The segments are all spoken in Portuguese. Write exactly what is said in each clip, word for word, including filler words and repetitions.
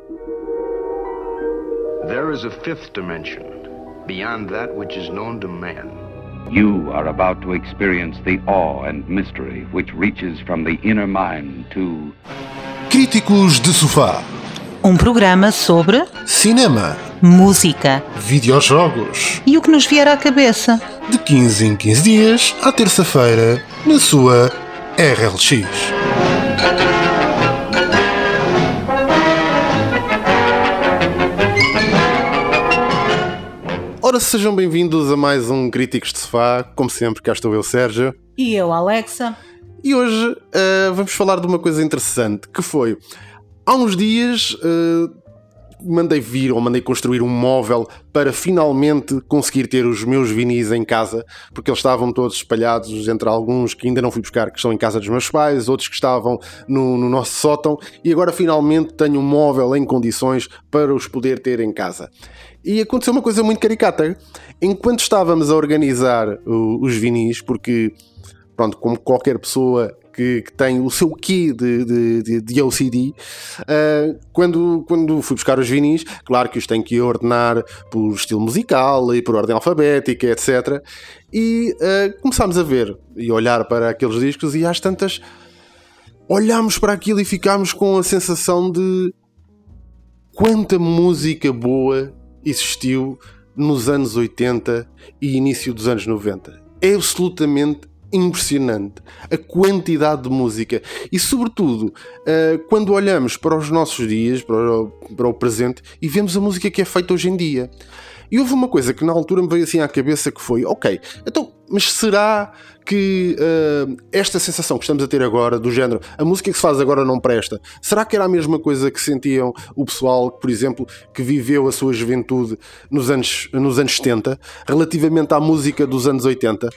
There is a fifth dimension, beyond that which is known to man. You are about to experience the awe and mystery which reaches from the inner mind to... Críticos de Sofá. Um programa sobre cinema, música, videojogos e o que nos vier à cabeça. De quinze em quinze dias, à terça-feira, na sua R L X. Ora, sejam bem-vindos a mais um Críticos de Sofá. Como sempre, cá estou eu, Sérgio. E eu, Alexa. E hoje uh, vamos falar de uma coisa interessante, que foi... Há uns dias uh, mandei vir ou mandei construir um móvel para finalmente conseguir ter os meus vinis em casa, porque eles estavam todos espalhados entre alguns que ainda não fui buscar, que estão em casa dos meus pais, outros que estavam no, no nosso sótão, e agora finalmente tenho um móvel em condições para os poder ter em casa. E aconteceu uma coisa muito caricata. Enquanto estávamos a organizar uh, os vinis, porque, pronto, como qualquer pessoa que, que tem o seu quê de, de, de, de O C D, uh, quando, quando fui buscar os vinis, claro que os tenho que ordenar por estilo musical e por ordem alfabética, etcétera. E uh, começámos a ver e olhar para aqueles discos e às tantas olhámos para aquilo e ficámos com a sensação de quanta música boa existiu nos anos oitenta e início dos anos noventa. É absolutamente impressionante a quantidade de música e, sobretudo, uh, quando olhamos para os nossos dias, para o, para o presente, e vemos a música que é feita hoje em dia. E houve uma coisa que na altura me veio assim à cabeça, que foi, ok, então, mas será que uh, esta sensação que estamos a ter agora, do género, a música que se faz agora não presta, será que era a mesma coisa que sentiam o pessoal, por exemplo, que viveu a sua juventude nos anos, nos anos setenta, relativamente à música dos anos oitenta?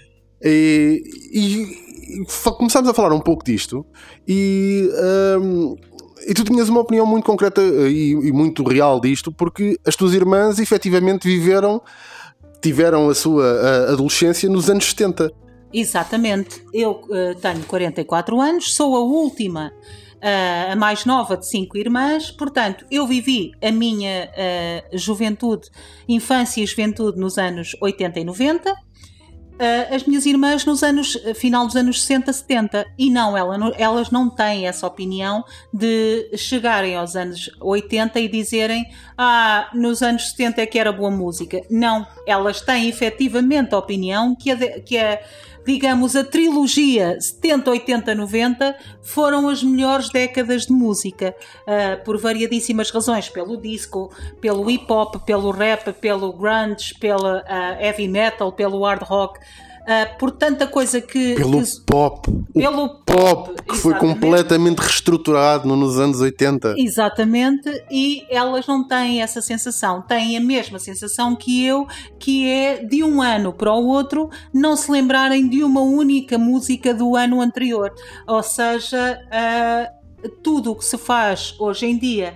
E, e, e começámos a falar um pouco disto e, um, e tu tinhas uma opinião muito concreta e, e muito real disto, porque as tuas irmãs efetivamente viveram, tiveram a sua a adolescência nos anos setenta. Exatamente, eu uh, tenho quarenta e quatro anos, sou a última, uh, a mais nova de cinco irmãs, portanto eu vivi a minha uh, juventude, infância e juventude nos anos oitenta e noventa. Uh, as minhas irmãs nos anos, final dos anos sessenta, setenta, e não, ela, elas não têm essa opinião de chegarem aos anos oitenta e dizerem ah, nos anos setenta é que era boa música. Não, elas têm efetivamente a opinião que a, que a digamos, a trilogia setenta, oitenta, noventa foram as melhores décadas de música, uh, por variadíssimas razões, pelo disco, pelo hip-hop, pelo rap, pelo grunge, pela uh, heavy metal, pelo hard rock, uh, por tanta coisa que... Pelo que, pop, pelo o pop, que exatamente. Foi completamente reestruturado nos anos oitenta. Exatamente, e elas não têm essa sensação, têm a mesma sensação que eu, que é de um ano para o outro não se lembrarem de uma única música do ano anterior, ou seja, uh, tudo o que se faz hoje em dia,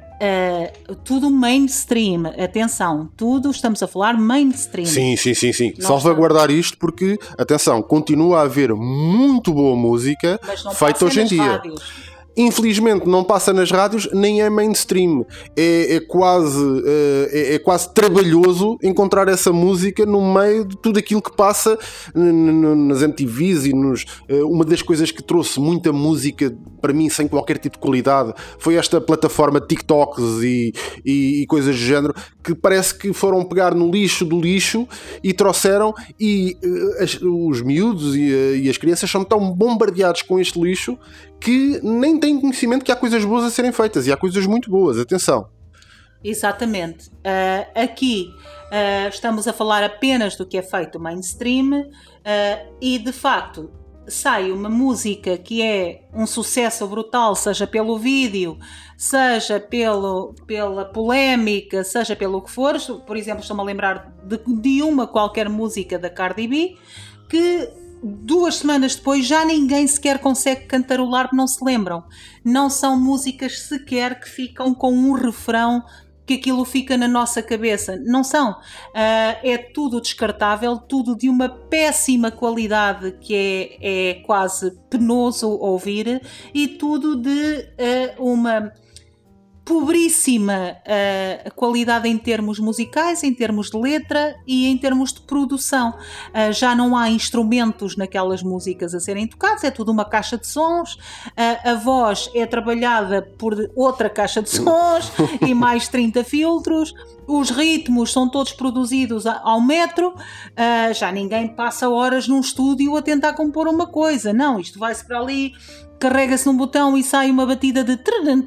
uh, tudo mainstream, atenção, tudo estamos a falar mainstream. Sim, sim, sim, sim. Nós Salvaguardar estamos... isto porque, atenção, continua a haver muito boa música feita hoje em dia. Rádios. Infelizmente não passa nas rádios, nem é mainstream. É, é, quase, é, é quase trabalhoso encontrar essa música no meio de tudo aquilo que passa nas M T Vs e nos... Uma das coisas que trouxe muita música para mim sem qualquer tipo de qualidade foi esta plataforma TikToks e, e, e coisas do género, que parece que foram pegar no lixo do lixo e trouxeram, e as, os miúdos e, e as crianças são tão bombardeados com este lixo que nem têm conhecimento que há coisas boas a serem feitas, e há coisas muito boas, atenção. Exatamente. Uh, aqui uh, estamos a falar apenas do que é feito mainstream, uh, e de facto sai uma música que é um sucesso brutal, seja pelo vídeo, seja pelo, pela polémica, seja pelo que for. Por exemplo, estou-me a lembrar de, de uma qualquer música da Cardi B que duas semanas depois já ninguém sequer consegue cantarolar porque não se lembram. Não são músicas sequer que ficam com um refrão que aquilo fica na nossa cabeça. Não são. Uh, é tudo descartável, tudo de uma péssima qualidade que é, é quase penoso ouvir, e tudo de uh, uma... pobríssima uh, a qualidade em termos musicais, em termos de letra e em termos de produção. Uh, já não há instrumentos naquelas músicas a serem tocados, é tudo uma caixa de sons, uh, a voz é trabalhada por outra caixa de sons e mais trinta filtros, os ritmos são todos produzidos ao metro, uh, já ninguém passa horas num estúdio a tentar compor uma coisa, não, isto vai-se para ali, carrega-se num botão e sai uma batida de...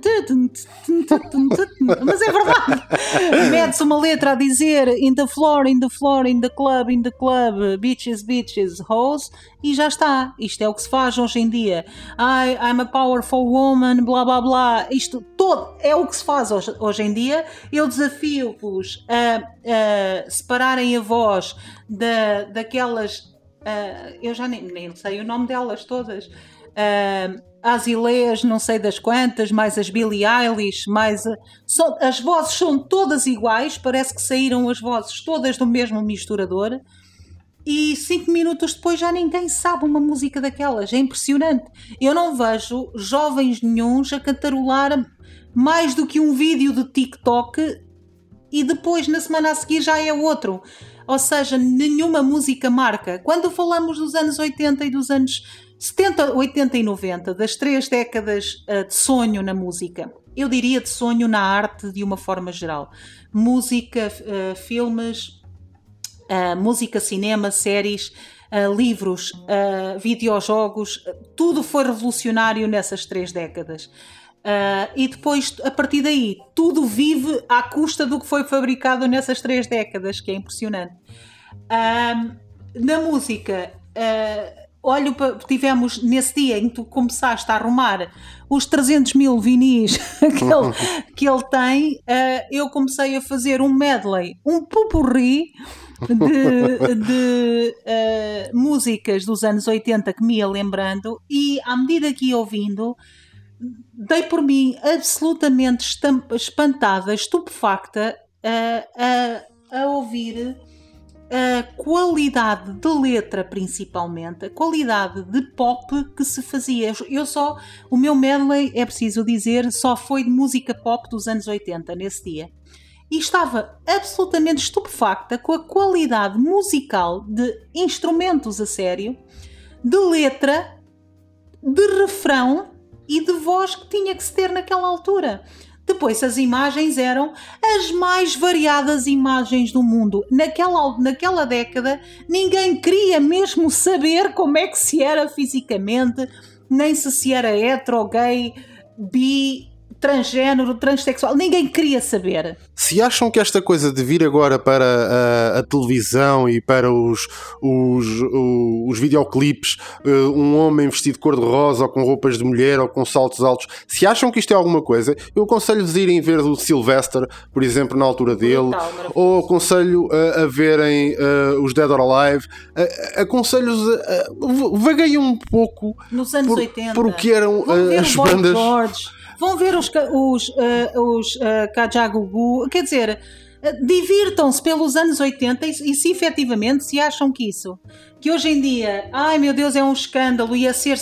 Mas é verdade. Mete-se uma letra a dizer in the floor, in the floor, in the club, in the club, bitches, bitches, hoes, e já está. Isto é o que se faz hoje em dia. I, I'm a powerful woman, blá blá blá. Isto todo é o que se faz hoje, hoje em dia. Eu desafio-vos a, a separarem a voz da, daquelas... Uh, eu já nem, nem sei o nome delas todas. Uh, as Ilês, não sei das quantas, mais as Billie Eilish, mais a, são, as vozes são todas iguais, parece que saíram as vozes todas do mesmo misturador e cinco minutos depois já ninguém sabe uma música daquelas, é impressionante. Eu não vejo jovens nenhuns a cantarolar mais do que um vídeo de TikTok e depois na semana a seguir já é outro, ou seja, nenhuma música marca. Quando falamos dos anos oitenta e dos anos setenta, oitenta e noventa, das três décadas uh, de sonho na música, eu diria de sonho na arte de uma forma geral, música, uh, filmes, uh, música, cinema, séries, uh, livros, uh, videojogos, uh, tudo foi revolucionário nessas três décadas. Uh, e depois, a partir daí, tudo vive à custa do que foi fabricado nessas três décadas, que é impressionante. Uh, na música, uh, olho para, tivemos nesse dia em que tu começaste a arrumar os trezentos mil vinis que, ele, que ele tem, uh, eu comecei a fazer um medley, um pupurri de, de uh, músicas dos anos oitenta que me ia lembrando, e à medida que ia ouvindo, dei por mim absolutamente espantada, estupefacta a, a, a ouvir a qualidade de letra, principalmente a qualidade de pop que se fazia. Eu só, o meu medley, é preciso dizer, só foi de música pop dos anos oitenta nesse dia, e estava absolutamente estupefacta com a qualidade musical de instrumentos a sério, de letra, de refrão e de voz que tinha que se ter naquela altura. Depois as imagens eram as mais variadas imagens do mundo. Naquela, naquela década ninguém queria mesmo saber como é que se era fisicamente, nem se se era hetero, gay, bi, transgénero, transexual, ninguém queria saber. Se acham que esta coisa de vir agora para a, a televisão e para os, os, os, os videoclipes, um homem vestido de cor-de-rosa ou com roupas de mulher ou com saltos altos, se acham que isto é alguma coisa, eu aconselho-vos a irem ver o Sylvester, por exemplo, na altura dele, Brutal, ou aconselho a, a verem uh, os Dead or Alive, uh, aconselho-vos a, a vagueiem um pouco nos anos por, oitenta, por o que eram uh, as bandas. George. Vão ver os, os, uh, os uh, Kajagoogoo, quer dizer, uh, divirtam-se pelos anos oitenta e, e se efetivamente se acham que isso, que hoje em dia, ai meu Deus, é um escândalo, ia ser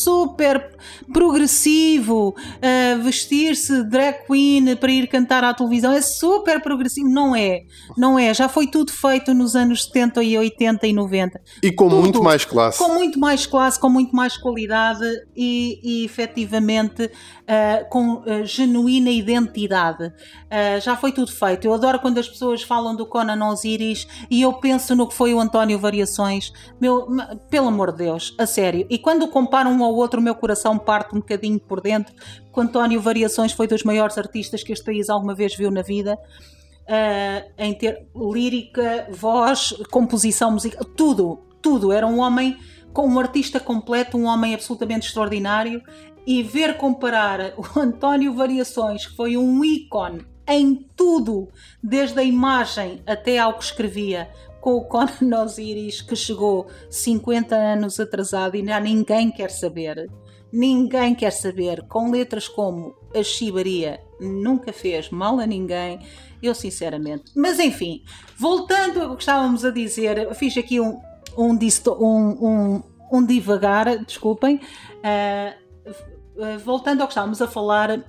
super progressivo, uh, vestir-se drag queen para ir cantar à televisão, é super progressivo, não é, não é, já foi tudo feito nos anos setenta e oitenta e noventa. E com tudo, muito mais classe. Com muito mais classe, com muito mais qualidade e, e efetivamente uh, com uh, genuína identidade. Uh, já foi tudo feito. Eu adoro quando as pessoas falam do Conan Osiris e eu penso no que foi o António Variações. Meu, pelo amor de Deus, a sério. E quando comparam um ao outro, o meu coração parte um bocadinho por dentro, porque o António Variações foi dos maiores artistas que este país alguma vez viu na vida. Uh, em ter lírica, voz, composição musical, tudo, tudo. Era um homem, com um artista completo, um homem absolutamente extraordinário. E ver comparar o António Variações, que foi um ícone em tudo, desde a imagem até ao que escrevia, com o Conan Osiris, que chegou cinquenta anos atrasado e já ninguém quer saber. Ninguém quer saber, com letras como a chibaria nunca fez mal a ninguém, eu sinceramente. Mas enfim, voltando ao que estávamos a dizer, eu fiz aqui um, um, disto, um, um, um divagar, desculpem, uh, uh, voltando ao que estávamos a falar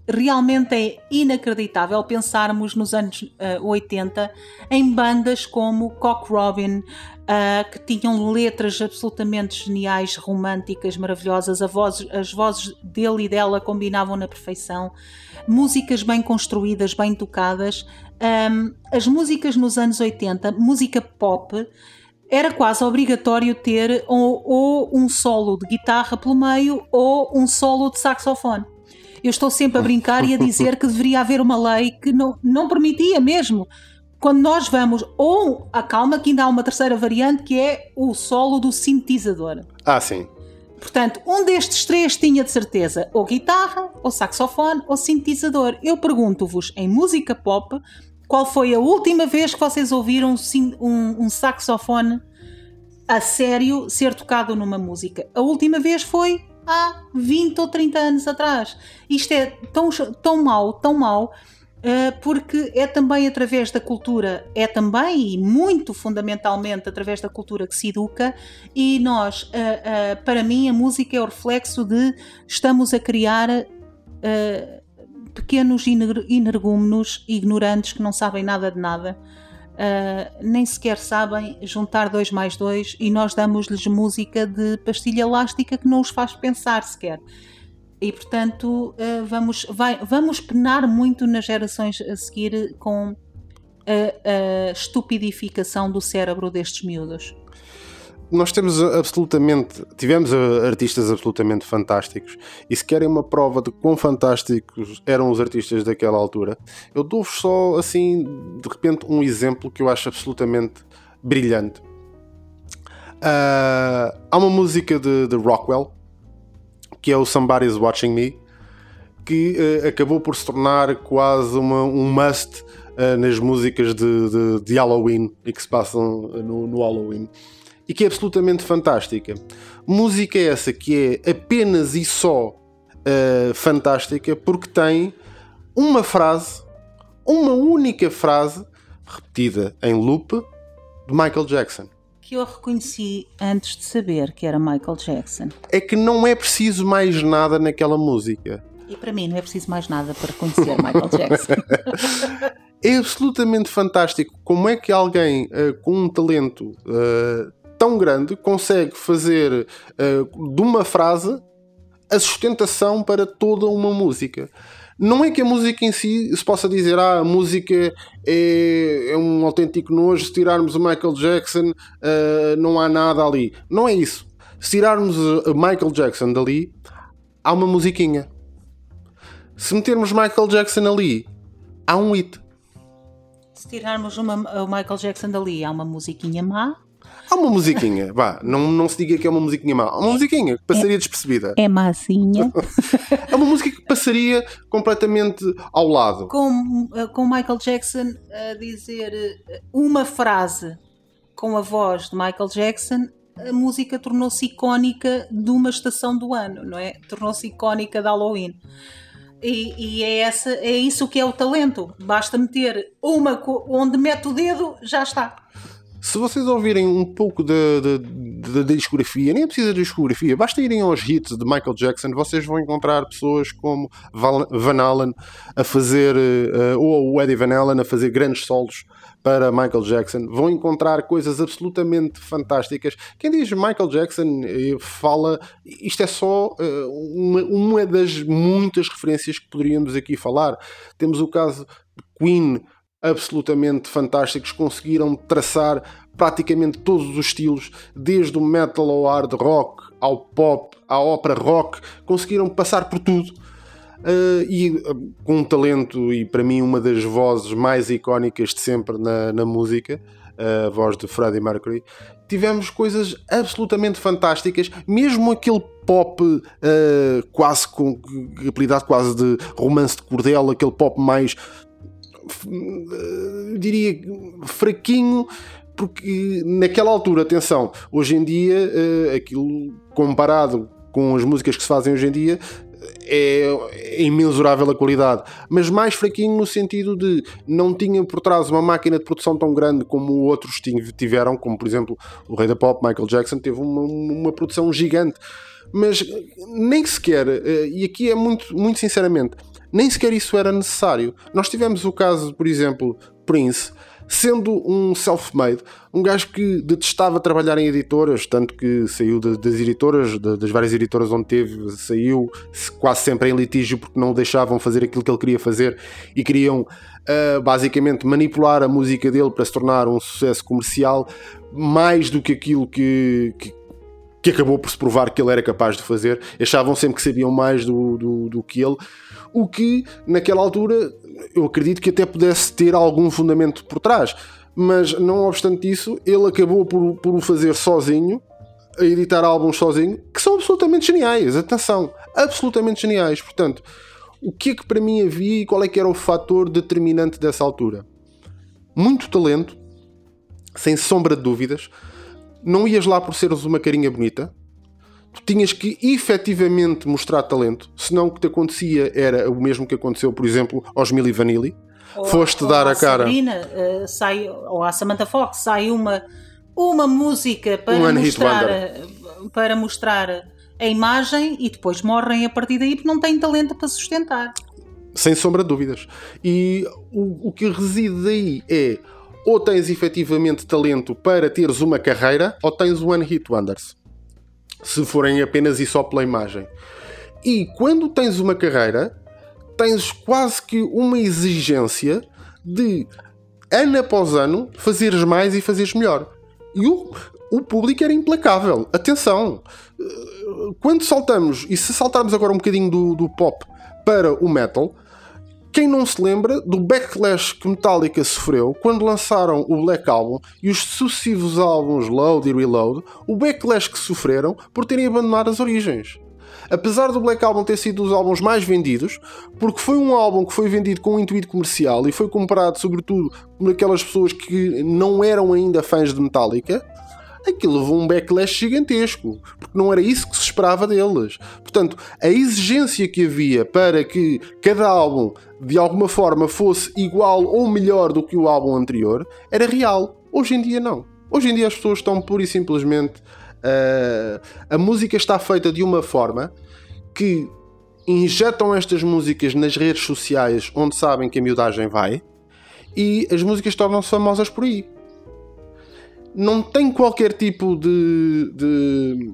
realmente é inacreditável pensarmos nos anos uh, oitenta em bandas como Cock Robin, uh, que tinham letras absolutamente geniais, românticas, maravilhosas, a voz, as vozes dele e dela combinavam na perfeição, músicas bem construídas, bem tocadas. Um, as músicas nos anos oitenta, música pop, era quase obrigatório ter ou, ou um solo de guitarra pelo meio ou um solo de saxofone. Eu estou sempre a brincar e a dizer que deveria haver uma lei que não, não permitia mesmo. Quando nós vamos, ou a calma, que ainda há uma terceira variante, que é o solo do sintetizador. Ah, sim. Portanto, um destes três tinha de certeza ou guitarra, ou saxofone, ou sintetizador. Eu pergunto-vos, em música pop, qual foi a última vez que vocês ouviram um, um saxofone a sério ser tocado numa música? A última vez foi há vinte ou trinta anos atrás. Isto é tão, tão mau, tão mau, uh, porque é também através da cultura, é também e muito fundamentalmente através da cultura que se educa, e nós, uh, uh, para mim, a música é o reflexo de estamos a criar uh, pequenos energúmenos ignorantes que não sabem nada de nada. Uh, nem sequer sabem juntar dois mais dois, e nós damos-lhes música de pastilha elástica que não os faz pensar sequer. E portanto uh, vamos, vai, vamos penar muito nas gerações a seguir com a, a estupidificação do cérebro destes miúdos. Nós temos absolutamente, tivemos artistas absolutamente fantásticos, e se querem uma prova de quão fantásticos eram os artistas daquela altura, eu dou-vos só assim, de repente, um exemplo que eu acho absolutamente brilhante. Uh, há uma música de, de Rockwell, que é o Somebody's Watching Me, que uh, acabou por se tornar quase uma, um must uh, nas músicas de, de, de Halloween, e que se passam no, no Halloween. E que é absolutamente fantástica. Música essa que é apenas e só uh, fantástica porque tem uma frase, uma única frase, repetida em loop, de Michael Jackson. Que eu reconheci antes de saber que era Michael Jackson. É que não é preciso mais nada naquela música. E para mim não é preciso mais nada para reconhecer Michael Jackson. É absolutamente fantástico como é que alguém uh, com um talento uh, tão grande consegue fazer uh, de uma frase a sustentação para toda uma música. Não é que a música em si se possa dizer ah, a música é, é um autêntico nojo, se tirarmos o Michael Jackson uh, não há nada ali. Não é isso. Se tirarmos o Michael Jackson dali, há uma musiquinha. Se metermos Michael Jackson ali, há um hit. Se tirarmos uma, o Michael Jackson dali, há uma musiquinha má. Há uma musiquinha, vá, não, não se diga que é uma musiquinha má. Há uma musiquinha que passaria despercebida. É massinha. É uma música que passaria completamente ao lado. Com, com Michael Jackson a dizer uma frase com a voz de Michael Jackson, a música tornou-se icónica de uma estação do ano, não é? Tornou-se icónica de Halloween. E, e é, essa, é isso que é o talento. Basta meter uma onde mete o dedo, já está. Se vocês ouvirem um pouco da, da, da, da discografia, nem é preciso de discografia, basta irem aos hits de Michael Jackson, vocês vão encontrar pessoas como Van Halen a fazer, uh, ou o Eddie Van Halen a fazer grandes solos para Michael Jackson. Vão encontrar coisas absolutamente fantásticas. Quem diz Michael Jackson fala, isto é só uh, uma, uma das muitas referências que poderíamos aqui falar. Temos o caso de Queen, absolutamente fantásticos, conseguiram traçar praticamente todos os estilos, desde o metal ao hard rock, ao pop, à ópera rock, conseguiram passar por tudo. Uh, e uh, com um talento, e para mim uma das vozes mais icónicas de sempre na, na música, uh, a voz de Freddie Mercury, tivemos coisas absolutamente fantásticas, mesmo aquele pop uh, quase com apelidado quase de romance de cordel, aquele pop mais eu diria fraquinho, porque naquela altura, atenção, hoje em dia uh, aquilo comparado com as músicas que se fazem hoje em dia é, é imensurável a qualidade, mas mais fraquinho no sentido de não tinha por trás uma máquina de produção tão grande como outros tiveram, como por exemplo o rei da pop, Michael Jackson, teve uma, uma produção gigante, mas nem sequer, uh, e aqui é muito, muito sinceramente, nem sequer isso era necessário. Nós tivemos o caso, por exemplo, Prince, sendo um self-made, um gajo que detestava trabalhar em editoras, tanto que saiu de, das editoras, de, das várias editoras onde teve, saiu quase sempre em litígio porque não o deixavam fazer aquilo que ele queria fazer e queriam uh, basicamente manipular a música dele para se tornar um sucesso comercial, mais do que aquilo que, que, que acabou por se provar que ele era capaz de fazer. Achavam sempre que sabiam mais do, do, do que ele, o que naquela altura eu acredito que até pudesse ter algum fundamento por trás, mas não obstante isso, ele acabou por, por o fazer sozinho, a editar álbuns sozinho, que são absolutamente geniais, atenção, absolutamente geniais. Portanto, o que é que para mim havia e qual é que era o fator determinante dessa altura? Muito talento, sem sombra de dúvidas. Não ias lá por seres uma carinha bonita, tu tinhas que efetivamente mostrar talento, senão o que te acontecia era o mesmo que aconteceu, por exemplo, aos Milli Vanilli. Ou, Foste ou dar à a cara. Sabrina, uh, sai, ou à Samantha Fox, sai uma, uma música para, Um mostrar, uh, para mostrar a imagem e depois morrem a partir daí porque não têm talento para sustentar. Sem sombra de dúvidas. E o, o que reside daí é: ou tens efetivamente talento para teres uma carreira, ou tens one hit wonders, se forem apenas e só pela imagem. E quando tens uma carreira, tens quase que uma exigência de ano após ano fazeres mais e fazeres melhor. E o, o público era implacável. Atenção, quando saltamos, e se saltarmos agora um bocadinho do, do pop para o metal, quem não se lembra do backlash que Metallica sofreu quando lançaram o Black Album e os sucessivos álbuns Load e Reload, o backlash que sofreram por terem abandonado as origens. Apesar do Black Album ter sido dos álbuns mais vendidos, porque foi um álbum que foi vendido com um intuito comercial e foi comprado sobretudo por aquelas pessoas que não eram ainda fãs de Metallica, aquilo levou um backlash gigantesco, porque não era isso que se esperava deles. Portanto, a exigência que havia para que cada álbum de alguma forma fosse igual ou melhor do que o álbum anterior era real. Hoje em dia não. Hoje em dia as pessoas estão pura e simplesmente... Uh, a música está feita de uma forma que injetam estas músicas nas redes sociais onde sabem que a miudagem vai e as músicas tornam-se famosas por aí. Não tem qualquer tipo de, de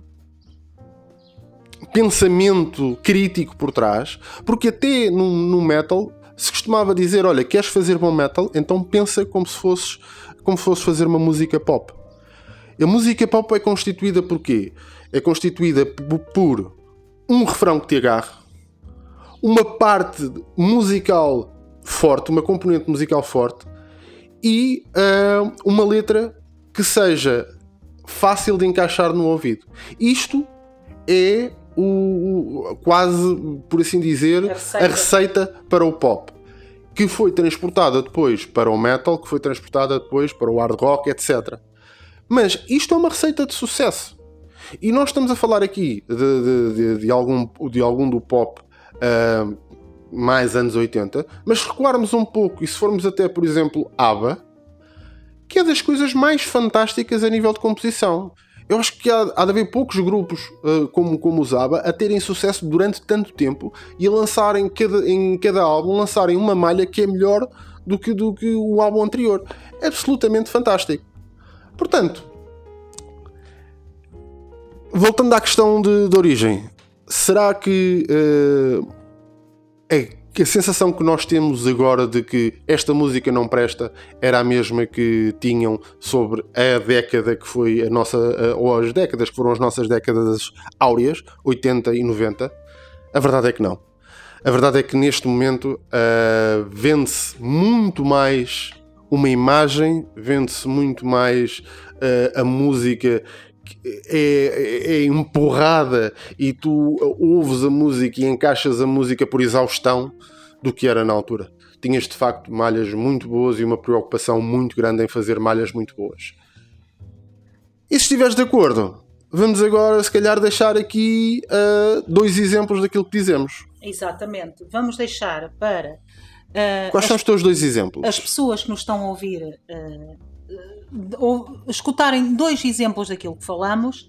pensamento crítico por trás, porque até no, no metal se costumava dizer: olha, queres fazer bom metal? Então pensa como se fosses, como se fosses fazer uma música pop. A música pop é constituída por quê? É constituída por um refrão que te agarre, uma parte musical forte, uma componente musical forte e uh, uma letra que seja fácil de encaixar no ouvido. Isto é o, o quase, por assim dizer, a receita. a receita para o pop, que foi transportada depois para o metal, que foi transportada depois para o hard rock, etcétera. Mas isto é uma receita de sucesso. E nós estamos a falar aqui de, de, de, de, algum, de algum do pop uh, mais anos oitenta, mas se recuarmos um pouco e se formos até, por exemplo, ABBA, que é das coisas mais fantásticas a nível de composição. Eu acho que há, há de haver poucos grupos uh, como, como os ABBA a terem sucesso durante tanto tempo e a lançarem cada, em cada álbum lançarem uma malha que é melhor do que, do que o álbum anterior. É absolutamente fantástico. Portanto, voltando à questão de, de origem, será que uh, é que a sensação que nós temos agora de que esta música não presta era a mesma que tinham sobre a década que foi a nossa, uh, ou as décadas que foram as nossas décadas áureas, oitenta e noventa? A verdade é que não. A verdade é que neste momento uh, vende-se muito mais uma imagem, vende-se muito mais uh, a música é, é empurrada e tu ouves a música e encaixas a música por exaustão do que era na altura. Tinhas de facto malhas muito boas e uma preocupação muito grande em fazer malhas muito boas. E se estiveres de acordo, vamos agora se calhar deixar aqui uh, dois exemplos daquilo que dizemos. Exatamente. Vamos deixar para... Uh, Quais as, são os teus dois exemplos? As pessoas que nos estão a ouvir uh, uh, ou, escutarem dois exemplos daquilo que falamos,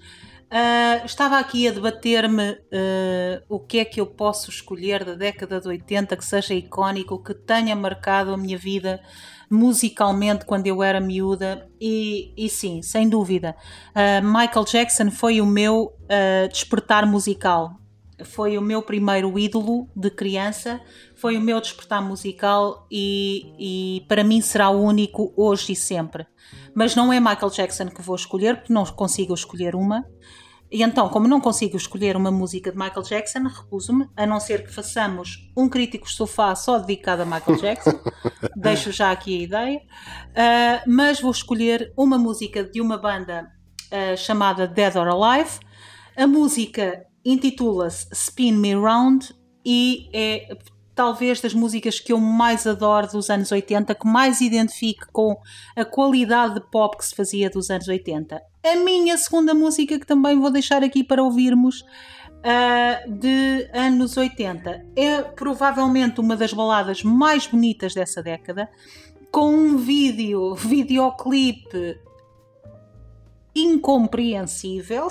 Uh, estava aqui a debater-me uh, o que é que eu posso escolher da década de oitenta que seja icónico, que tenha marcado a minha vida musicalmente quando eu era miúda, e, e sim, sem dúvida, uh, Michael Jackson foi o meu uh, despertar musical, foi o meu primeiro ídolo de criança, foi o meu despertar musical e, e para mim será o único hoje e sempre. Mas não é Michael Jackson que vou escolher, porque não consigo escolher uma. E então, como não consigo escolher uma música de Michael Jackson, recuso-me, a não ser que façamos um Críticos de Sofá só dedicado a Michael Jackson. Deixo já aqui a ideia. Uh, mas vou escolher uma música de uma banda uh, chamada Dead or Alive. A música intitula-se Spin Me Round e é talvez das músicas que eu mais adoro dos anos oitenta, que mais identifico com a qualidade de pop que se fazia dos anos oitenta. A minha segunda música, que também vou deixar aqui para ouvirmos, uh, de anos oitenta, é provavelmente uma das baladas mais bonitas dessa década, com um vídeo, videoclipe incompreensível.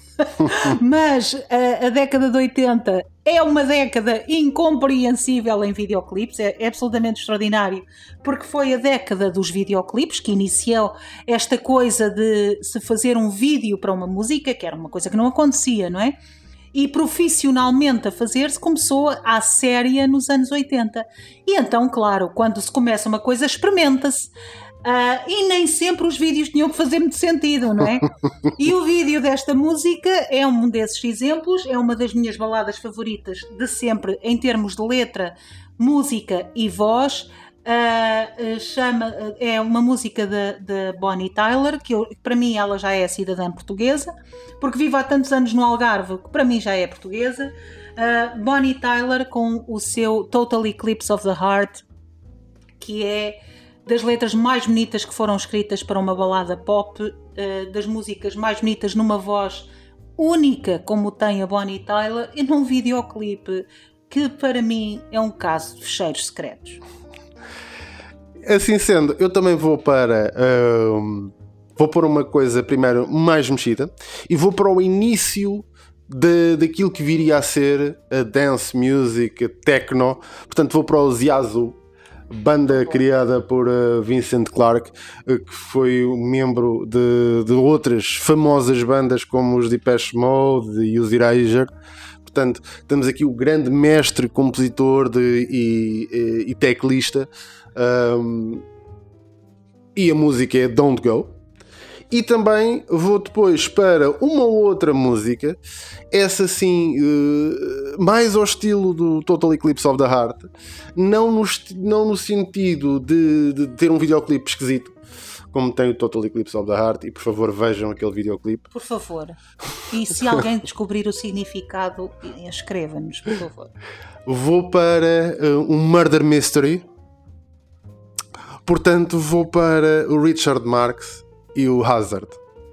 Mas a, a década de oitenta é uma década incompreensível em videoclipes, é, é absolutamente extraordinário, porque foi a década dos videoclipes que iniciou esta coisa de se fazer um vídeo para uma música, que era uma coisa que não acontecia, não é? E profissionalmente a fazer-se começou à séria nos anos oitenta. E então, claro, quando se começa uma coisa, experimenta-se. Uh, e nem sempre os vídeos tinham que fazer muito sentido, não é? E o vídeo desta música é um desses exemplos, é uma das minhas baladas favoritas de sempre em termos de letra, música e voz. Uh, uh, chama, uh, é uma música de Bonnie Tyler, que eu, para mim ela já é cidadã portuguesa, porque vive há tantos anos no Algarve que para mim já é portuguesa. uh, Bonnie Tyler com o seu Total Eclipse of the Heart, que é das letras mais bonitas que foram escritas para uma balada pop, uh, das músicas mais bonitas numa voz única como tem a Bonnie Tyler, e num videoclipe que para mim é um caso de fecheiros secretos. Assim sendo, eu também vou para uh, vou pôr uma coisa primeiro mais mexida e vou para o início de, daquilo que viria a ser a dance music, a techno. Portanto vou para o Ziazu, banda criada por uh, Vincent Clarke, uh, que foi um membro de, de outras famosas bandas como os Depeche Mode e os Erasure. Portanto, temos aqui o grande mestre, compositor de, e, e, e teclista, um, e a música é Don't Go. E também vou depois para uma outra música, essa sim, uh, mais ao estilo do Total Eclipse of the Heart, não no, não no sentido de, de ter um videoclipe esquisito, como tem o Total Eclipse of the Heart, e por favor vejam aquele videoclipe. Por favor. E se alguém descobrir o significado, escreva-nos, por favor. Vou para uh, um Murder Mystery, portanto vou para o Richard Marx e o Hazard,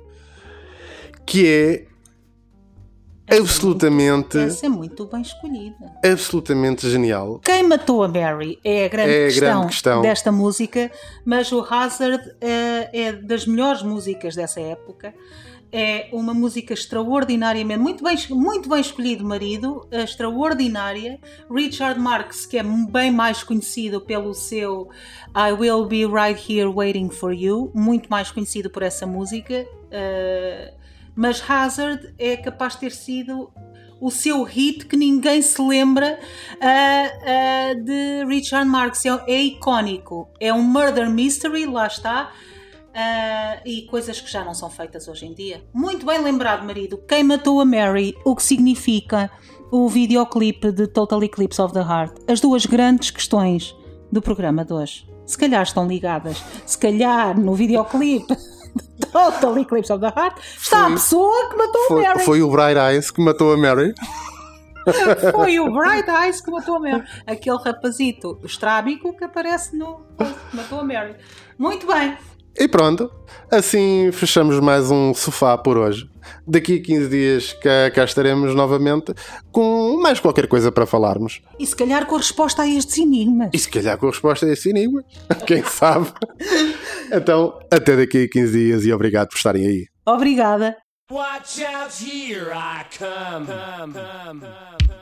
que é essa absolutamente essa é muito bem escolhida, absolutamente genial. Quem Matou a Mary é a grande, é a questão, grande questão desta música, mas o Hazard é, é das melhores músicas dessa época. É uma música extraordinariamente, muito bem, muito bem escolhido marido, extraordinária. Richard Marx, que é bem mais conhecido pelo seu I Will Be Right Here Waiting For You, muito mais conhecido por essa música, uh, mas Hazard é capaz de ter sido o seu hit que ninguém se lembra uh, uh, de Richard Marx. É, é icónico, é um murder mystery, lá está. Uh, e coisas que já não são feitas hoje em dia. Muito bem lembrado, marido. Quem Matou a Mary, o que significa o videoclipe de Total Eclipse of the Heart. As duas grandes questões do programa de hoje. Se calhar estão ligadas. Se calhar no videoclipe de Total Eclipse of the Heart está foi, a pessoa que matou foi, a Mary. Foi o Bright Eyes que matou a Mary. Foi o Bright Eyes que matou a Mary. Aquele rapazito estrábico que aparece no que matou a Mary. Muito bem. E pronto, assim fechamos mais um sofá por hoje. Daqui a quinze dias cá, cá estaremos novamente com mais qualquer coisa para falarmos. E se calhar com a resposta a estes enigmas. E se calhar com a resposta a estes enigmas. Quem sabe? Então, até daqui a quinze dias e obrigado por estarem aí. Obrigada. Watch out, here I come. come, come, come.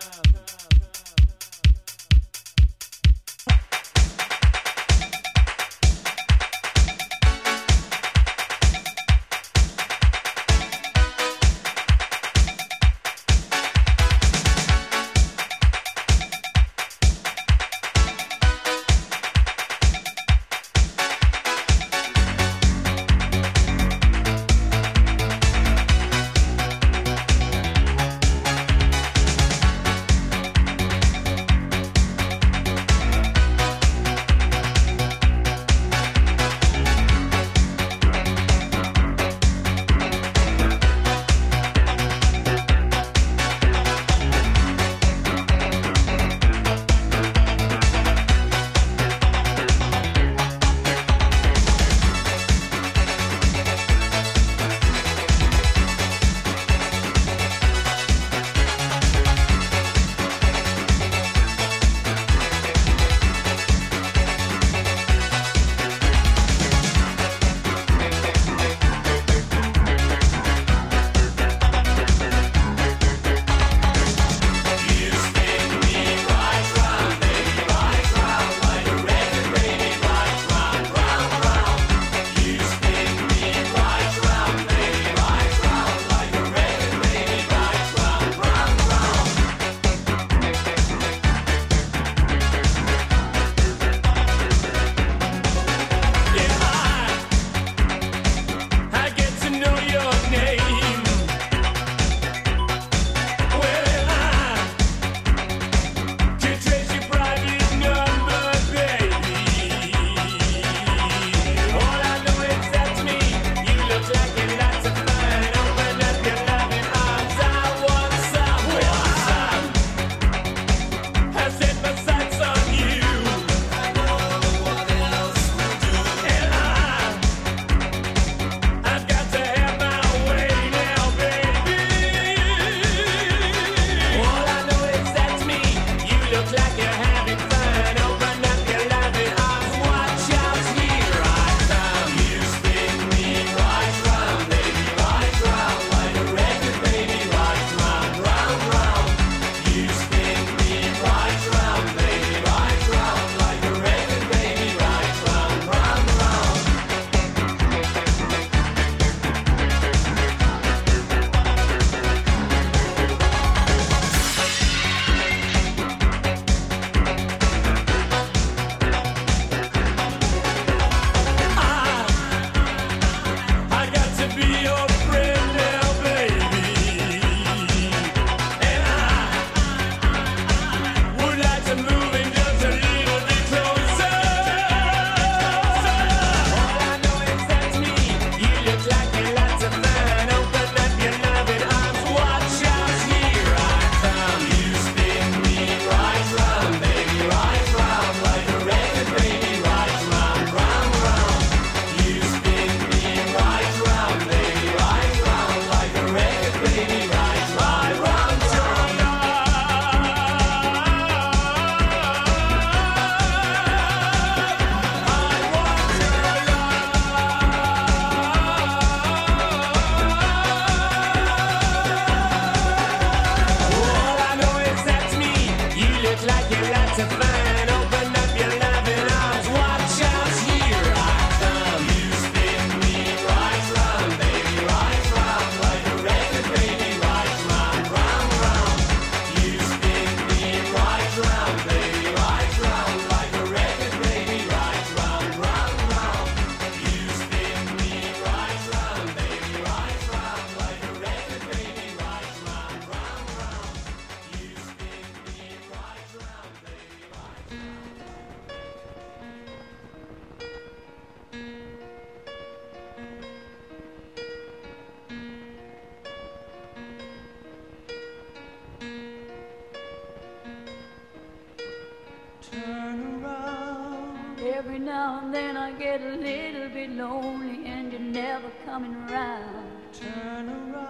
Every now and then I get a little bit lonely and you're never coming around. Turn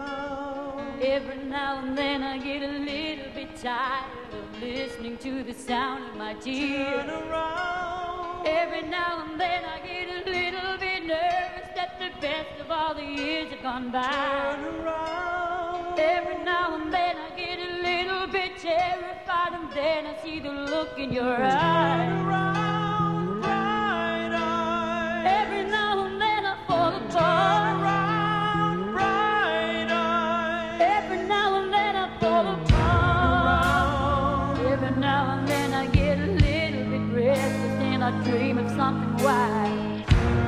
around. Every now and then I get a little bit tired of listening to the sound of my tears. Turn around. Every now and then I get a little bit nervous that the best of all the years have gone by. Turn around. look in your eyes. Every now and then I fall apart. Every now and then I fall apart. Every now and then I get a little bit restless and I dream of something wild.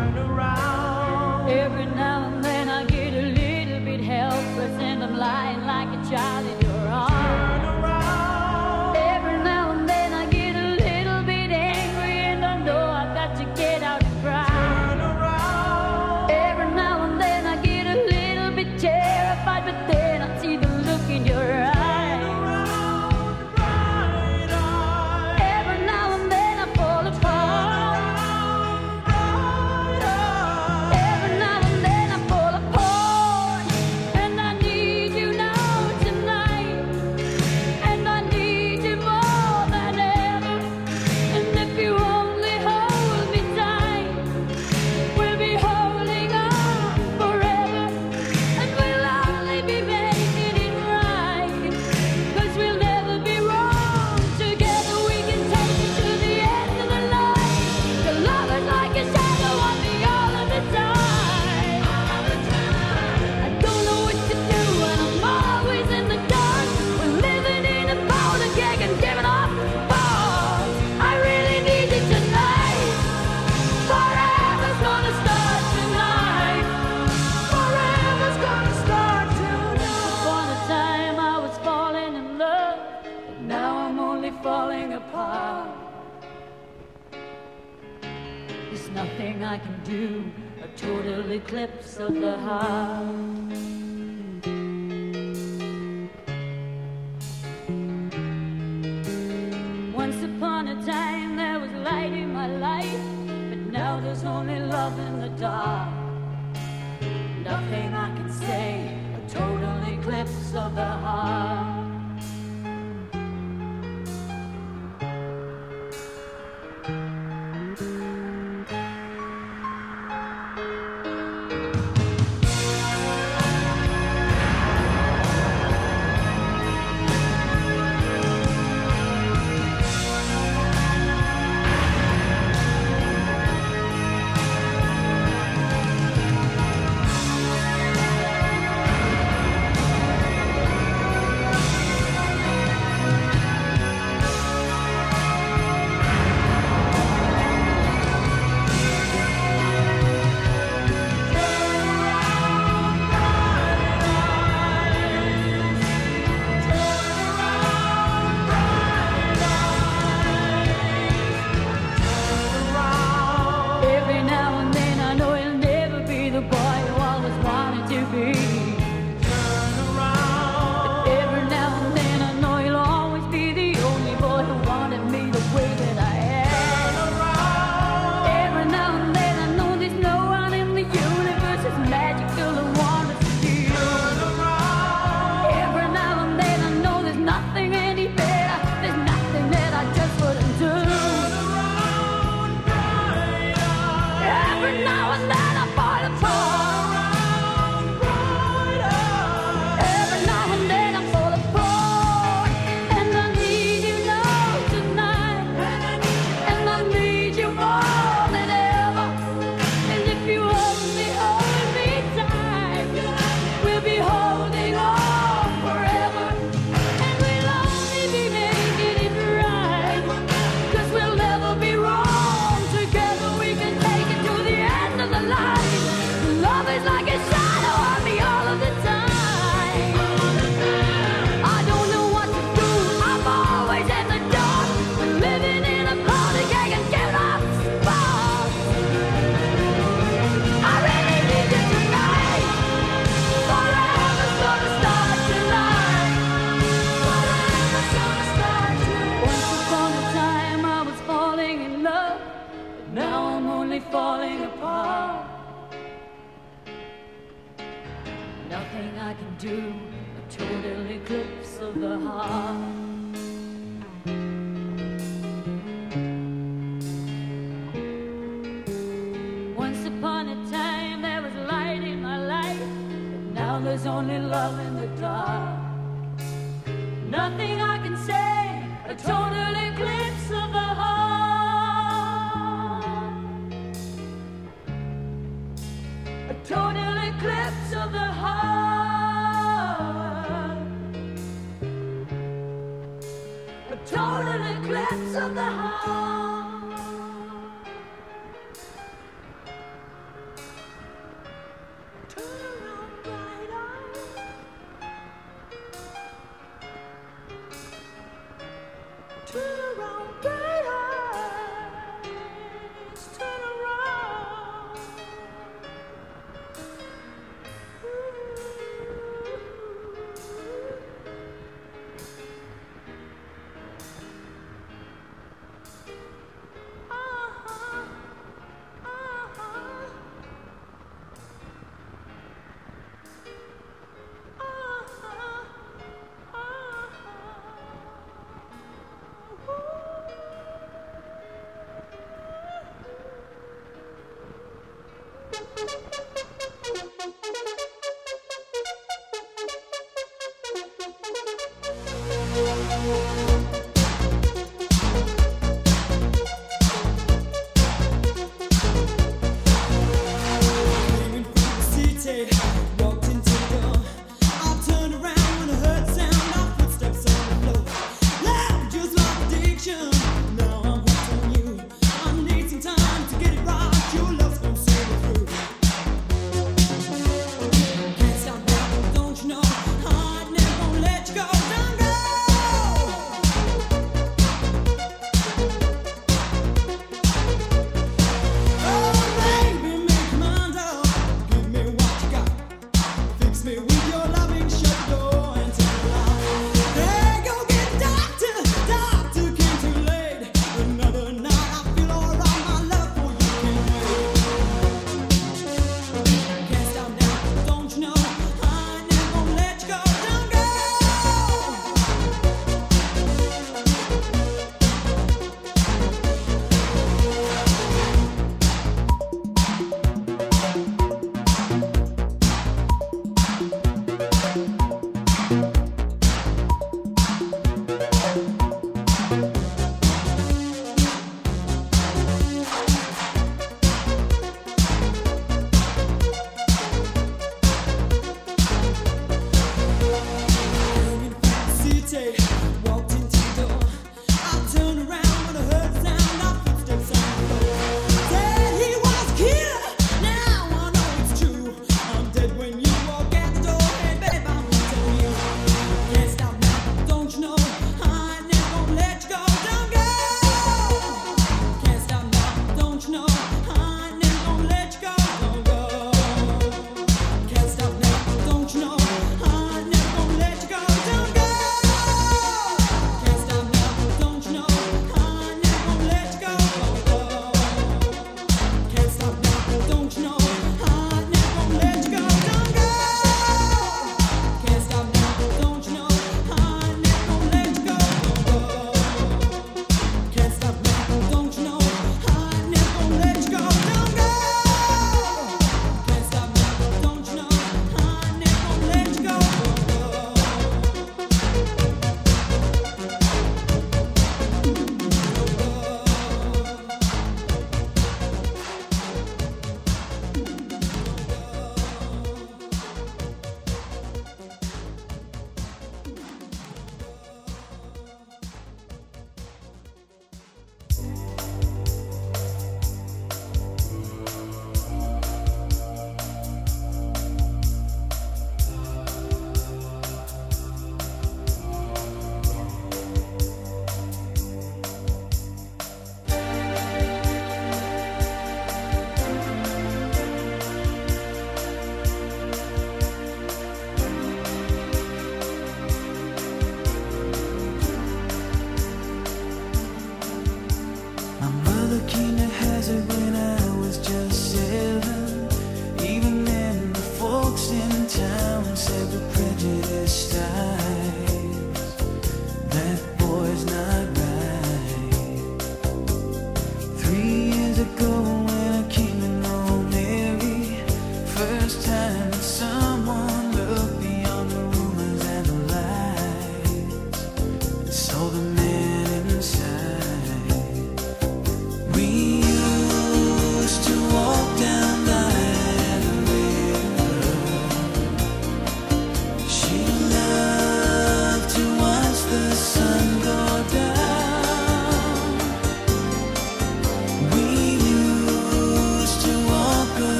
Every now and then I get a little bit helpless and I'm lying like a child in your arms. Every now and then I get a little bit angry and I know I've got to get out and cry. Every now and then I get a little bit terrified, but then I see the look in your eyes. Every now and then I fall apart. Every now and then I fall apart. And I need you now tonight. And I need you more than ever. And if you only hold me tight, we'll be holding on forever. And we'll only be making it right. Cause we'll never be wrong. Together we can take it to the end of the line. Your love is like a shadow on me all of the time. I don't know what to do and I'm always in the dark. We're living in a powder keg and giving off balls. I really need you tonight. Forever's gonna start tonight. Forever's gonna start tonight. Upon a time I was falling in love, but now I'm only falling apart. There's nothing I can do, a total eclipse of the heart. Once upon a time there was light in my life, but now there's only love in the dark. Nothing I can say, a total eclipse of the heart. Every now and then I know he'll never be the boy who always wanted to be. But every now and then I know he'll always be the only boy who wanted me the way that I am. Every now and then I know there's no one in the universe as magical and wants to do. Every now and then I know there's nothing any better. There's nothing that I just wouldn't do. Every now and then I fall apart. Every now and then I fall apart. And I need you now tonight. And I need you more than ever. And if you only hold me tight, we'll be holding on forever. And we'll only be making it right. Cause we'll never be wrong. Together we can take it to the end of the line. Love is like a shadow on me all of the time. I don't know what to do, I'm always in the dark. We're living in a powder keg and giving off sparks. I really need you tonight. Forever's gonna start tonight. Forever's gonna start tonight. Once upon a time I was falling in love, but now I'm only falling apart. Nothing I can do, a total eclipse of the heart. Once upon a time there was light in my life, but now there's only love in the dark. Nothing I can say, a total eclipse of the heart. A total eclipse of the heart. A total eclipse of the heart. Turn around, bright eyes. Turn around, bright eyes. Turn around. Ooh.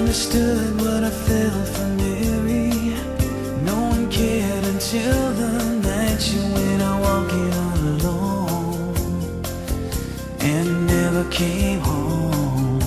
understood what I felt for Mary. No one cared until the night she went out walking all alone and never came home.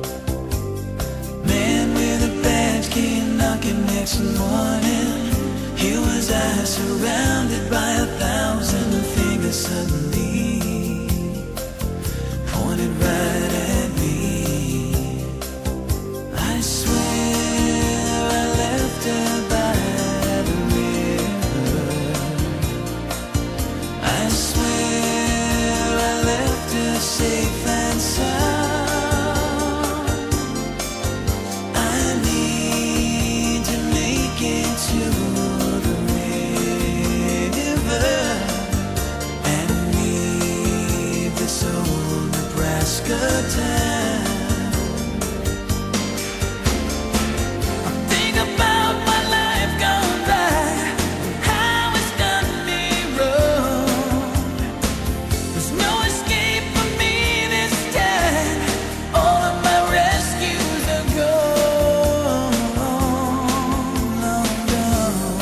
Man with a badge came knocking next morning. Here was I surrounded by a thousand fingers suddenly pointed right at me. I swear I left her by the river. I swear I left her safe and sound. I need to make it to the river and leave this old Nebraska town. Think about my life gone by, how it's done me wrong. There's no escape for me this time. All of my rescues are gone, long gone.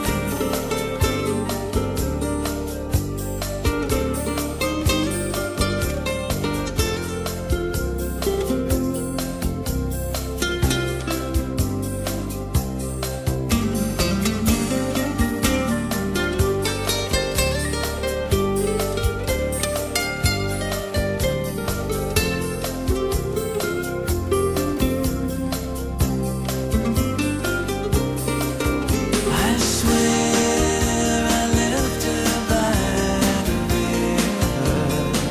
I swear I left her by the river.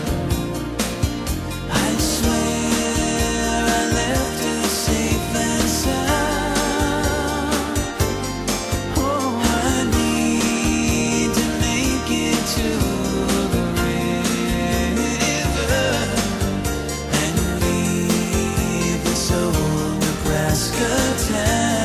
I swear I left her safe and sound. Oh, I need to make it to the river and leave this old Nebraska town.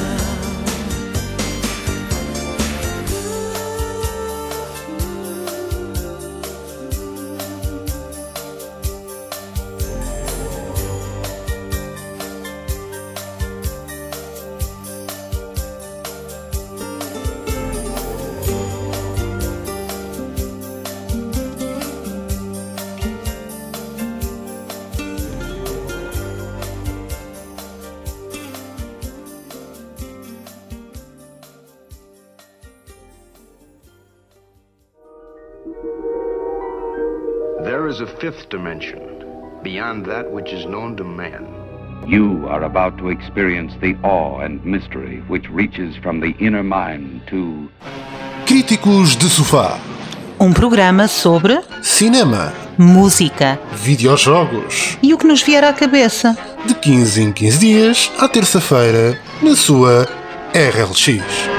There is a fifth dimension, beyond that which is known to man. You are about to experience the awe and mystery which reaches from the inner mind to Críticos de Sofá. Um programa sobre Cinema, música videojogos. e o que nos vier à cabeça. De quinze em quinze dias, à terça-feira, na sua R L X.